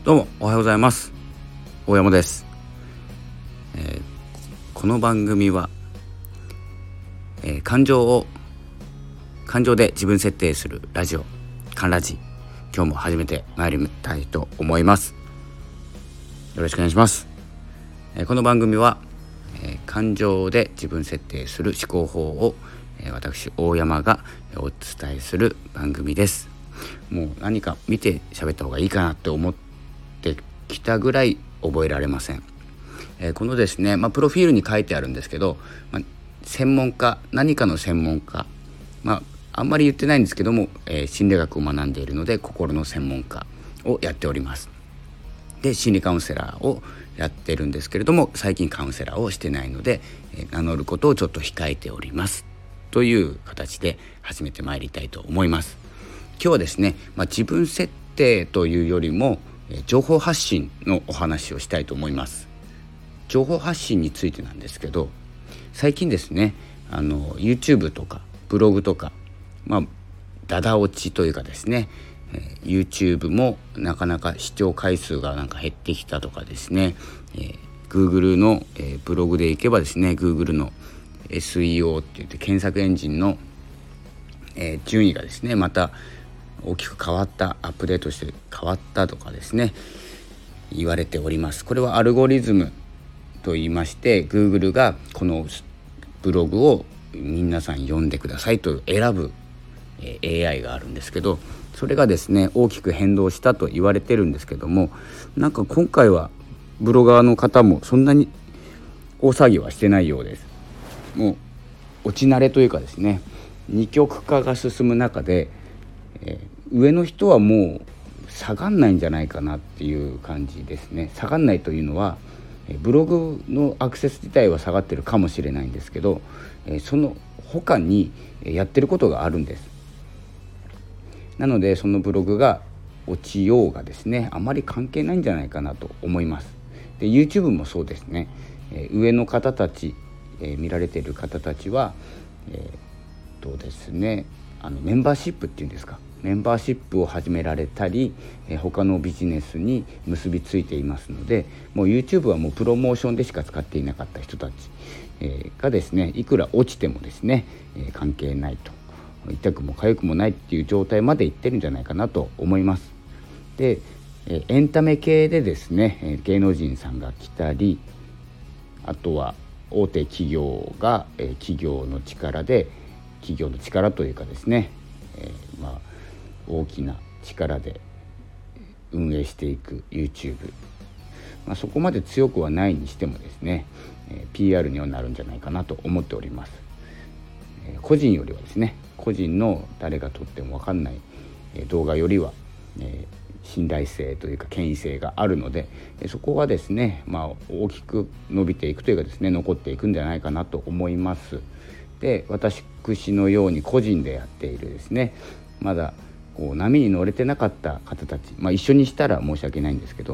どうもおはようございます。大山です。この番組は、感情で自分設定するラジオ、カンラジ、今日も始めてまいりたいと思います。よろしくお願いします。この番組は、感情で自分設定する思考法を、私大山がお伝えする番組です。もう何か見て喋った方がいいかなって思ってきたぐらい覚えられません。このですね、プロフィールに書いてあるんですけど、専門家、何かの専門家、あんまり言ってないんですけども、心理学を学んでいるので心の専門家をやっております。で、心理カウンセラーをやってるんですけれども、最近カウンセラーをしてないので、名乗ることをちょっと控えておりますという形で始めてまいりたいと思います。今日はですね、自分設定というよりも情報発信のお話をしたいと思います。情報発信についてなんですけど、最近ですね、YouTube とかブログとか、ダダ落ちというかですね、YouTube もなかなか視聴回数が減ってきたとかですね、Google の、ブログでいけばですね、 Google の SEO って言って検索エンジンの、順位がですねまた大きく変わった、アップデートして変わったとかですね言われております。これはアルゴリズムと言いまして、 Google がこのブログを皆さん読んでくださいと選ぶ、AI があるんですけど、それがですね大きく変動したと言われてるんですけども、今回はブロガーの方もそんなに大騒ぎはしてないようです。もう落ち慣れというかですね、二極化が進む中で、上の人はもう下がんないんじゃないかなっていう感じですね。下がんないというのは、ブログのアクセス自体は下がってるかもしれないんですけど、その他にやってることがあるんです。なのでそのブログが落ちようがですね、あまり関係ないんじゃないかなと思います。で YouTube もそうですね、上の方たち、見られている方たちは、ですね、メンバーシップっていうんですか、メンバーシップを始められたり、他のビジネスに結びついていますので、もう YouTube はもうプロモーションでしか使っていなかった人たち、がですね、いくら落ちてもですね、関係ないと、痛くも痒くもないっていう状態までいってるんじゃないかなと思います。で、エンタメ系でですね、芸能人さんが来たり、あとは大手企業が、企業の力というかですね、大きな力で運営していく YouTube、そこまで強くはないにしてもですね、PR にはなるんじゃないかなと思っております。個人よりはですね、個人の誰が撮っても分かんない動画よりは、信頼性というか権威性があるので、そこはですね、大きく伸びていくというかですね、残っていくんじゃないかなと思います。で、私のように個人でやっているですね、まだ波に乗れてなかった方たち、一緒にしたら申し訳ないんですけど、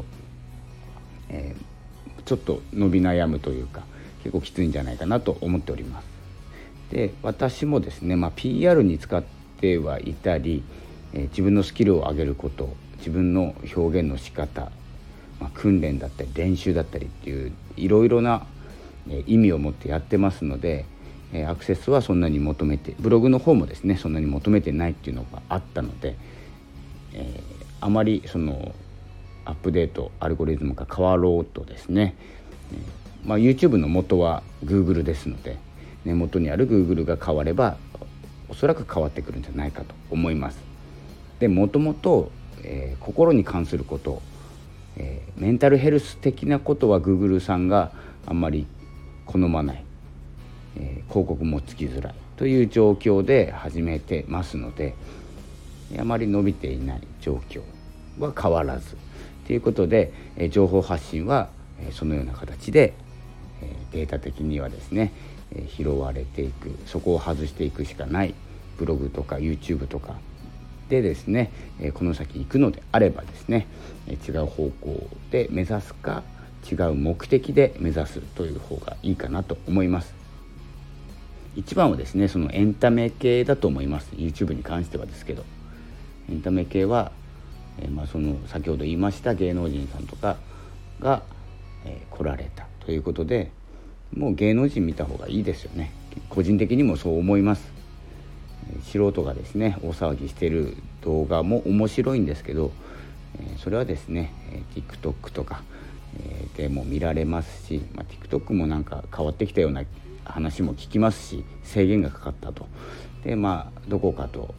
ちょっと伸び悩むというか結構きついんじゃないかなと思っております。で、私もですね、PR に使ってはいたり、自分のスキルを上げること、自分の表現の仕方、訓練だったり練習だったりっていういろいろな意味を持ってやってますので、アクセスはそんなに求めて、ブログの方もですねそんなに求めてないっていうのがあったので、あまりそのアップデート、アルゴリズムが変わろうとですね、YouTube の元は Google ですので、元にある Google が変わればおそらく変わってくるんじゃないかと思います。で、もともと心に関すること、メンタルヘルス的なことは Google さんがあんまり好まない、広告もつきづらいという状況で始めてますので、あまり伸びていない状況は変わらずということで、情報発信はそのような形でデータ的にはですね拾われていく、そこを外していくしかないブログとか YouTube とかでですね、この先行くのであればですね、違う方向で目指すか違う目的で目指すという方がいいかなと思います。一番はですね、そのエンタメ系だと思います。 YouTube に関してはですけど、エンタメ系はその先ほど言いました芸能人さんとかが、来られたということで、もう芸能人見た方がいいですよね。個人的にもそう思います。素人がですね大騒ぎしている動画も面白いんですけど、それはですね TikTok とか、でも見られますし、TikTok もなんか変わってきたような話も聞きますし、制限がかかったと。でどこかと、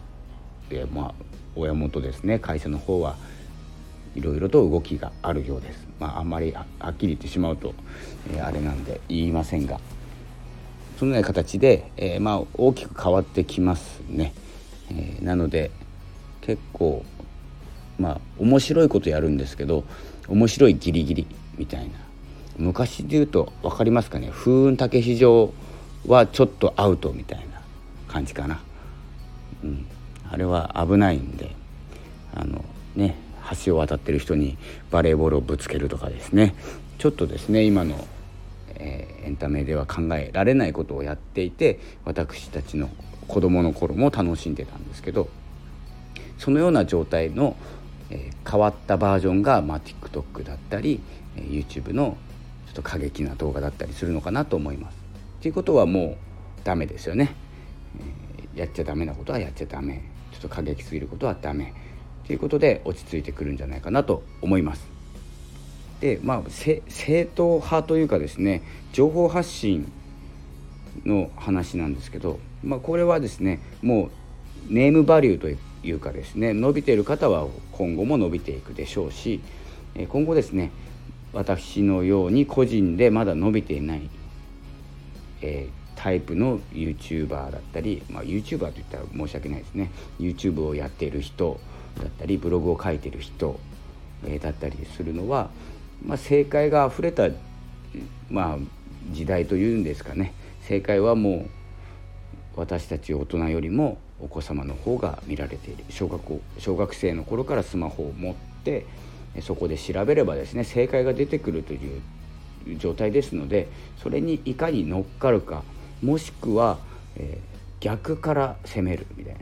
親元ですね、会社の方はいろいろと動きがあるようです。あんまりはっきり言ってしまうと、あれなんで言いませんが、そのような形で、大きく変わってきますね。なので結構面白いことやるんですけど、面白いギリギリみたいな、昔で言うと分かりますかね、風雲竹市場はちょっとアウトみたいな感じかな。あれは危ないんで、橋を渡ってる人にバレーボールをぶつけるとかですね、ちょっとですね今の、エンタメでは考えられないことをやっていて、私たちの子供の頃も楽しんでたんですけど、そのような状態の、変わったバージョンが、TikTok だったり、YouTube のちょっと過激な動画だったりするのかなと思います。ということはもうダメですよね。やっちゃダメなことはやっちゃダメ、ちょっと過激すぎることはダメということで落ち着いてくるんじゃないかなと思います。で、正統派というかですね、情報発信の話なんですけど、これはですねもうネームバリューというかですね、伸びている方は今後も伸びていくでしょうし、今後ですね私のように個人でまだ伸びていない、タイプの YouTuber だったり、YouTuber といったら申し訳ないですね、 YouTube をやっている人だったりブログを書いている人、だったりするのは、正解があふれた、時代というんですかね。正解はもう私たち大人よりもお子様の方が見られている。小学生の頃からスマホを持ってそこで調べればですね正解が出てくるという状態ですので、それにいかに乗っかるか、もしくは、逆から攻めるみたいな。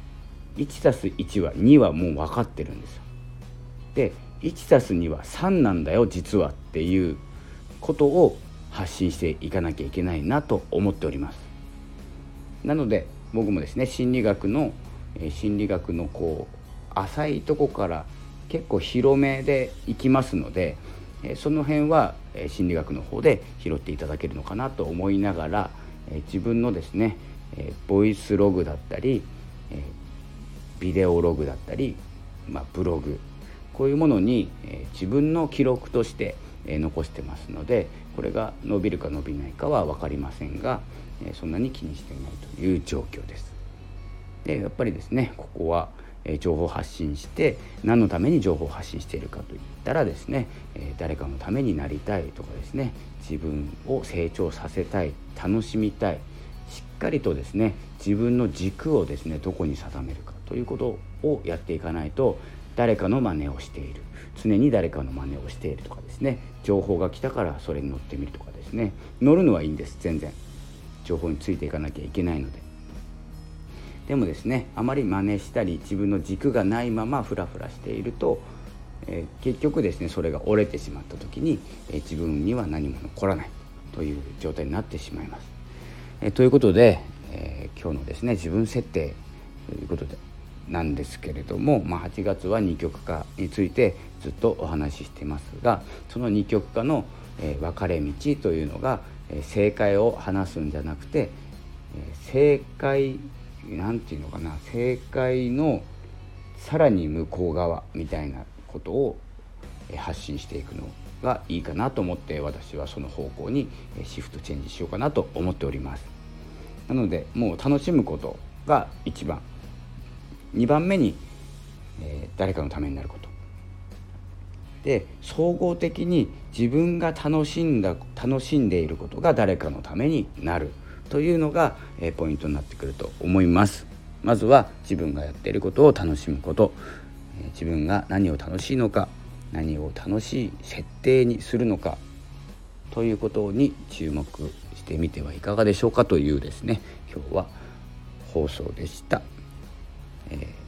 1+1 は2はもう分かってるんですよ。で 1+2 は3なんだよ実はっていうことを発信していかなきゃいけないなと思っております。なので僕もですね心理学のこう浅いとこから結構広めでいきますので、その辺は心理学の方で拾っていただけるのかなと思いながら、自分のですねボイスログだったりビデオログだったり、ブログ、こういうものに自分の記録として残してますので、これが伸びるか伸びないかは分かりませんが、そんなに気にしていないという状況です。でやっぱりですねここは情報発信して何のために情報発信しているかといったらですね、誰かのためになりたいとかですね、自分を成長させたい、楽しみたい、しっかりとですね自分の軸をですねどこに定めるかということをやっていかないと、誰かの真似をしている、常に誰かの真似をしているとかですね、情報が来たからそれに乗ってみるとかですね、乗るのはいいんです。全然情報についていかなきゃいけないので。でもですねあまり真似したり自分の軸がないままフラフラしていると、結局ですねそれが折れてしまった時に、自分には何も残らないという状態になってしまいます。ということで、今日のですね自分設定ということでなんですけれども、8月は二極化についてずっとお話ししていますが、その二極化の、分かれ道というのが、正解を話すんじゃなくて、正解なんていうのかな、正解のさらに向こう側みたいなことを発信していくのがいいかなと思って、私はその方向にシフトチェンジしようかなと思っております。なのでもう楽しむことが1番、2番目に、誰かのためになることで、総合的に自分が楽しんでいることが誰かのためになるというのが、ポイントになってくると思います。まずは自分がやっていることを楽しむこと、自分が何を楽しいのか、何を楽しい設定にするのかということに注目してみてはいかがでしょうかというですね今日は放送でした。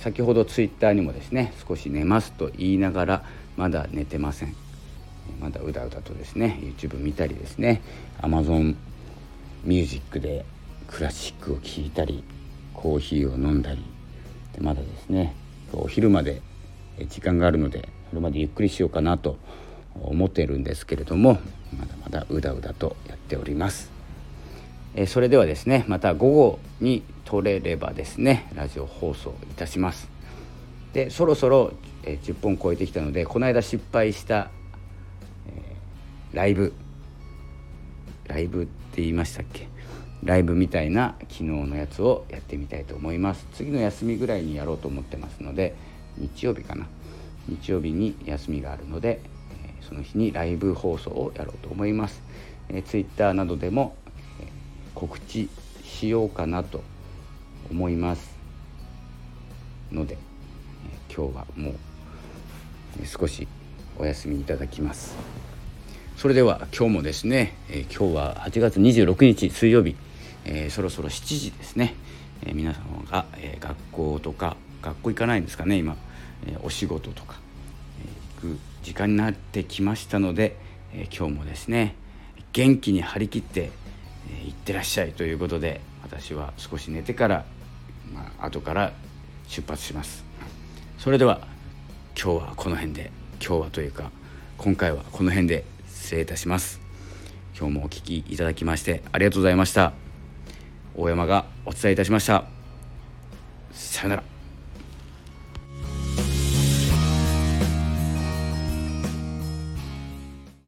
先ほどツイッターにもですね、少し寝ますと言いながらまだ寝てません。まだうだうだとですね YouTube 見たりですね、 Amazon ミュージックでクラシックを聴いたり、コーヒーを飲んだりで、まだですねお昼まで時間があるので、それまでゆっくりしようかなと思っているんですけれども、まだまだうだうだとやっております。それではですね、また午後に撮れればですねラジオ放送いたします。でそろそろ10本超えてきたので、この間失敗したライブって言いましたっけ、ライブみたいな昨日のやつをやってみたいと思います。次の休みぐらいにやろうと思ってますので、日曜日に休みがあるので、その日にライブ放送をやろうと思います。ツイッターなどでも、告知しようかなと思いますので、今日はもう少しお休みいただきます。それでは今日もですね、今日は8月26日水曜日、そろそろ7時ですね。皆様が、学校とか学校行かないんですかね今、お仕事とか、行く時間になってきましたので、今日もですね元気に張り切って行ってらっしゃいということで、私は少し寝てから、後から出発します。それでは今日はこの辺で、今回はこの辺で失礼いたします。今日もお聞きいただきましてありがとうございました。大山がお伝えいたしました。さよなら。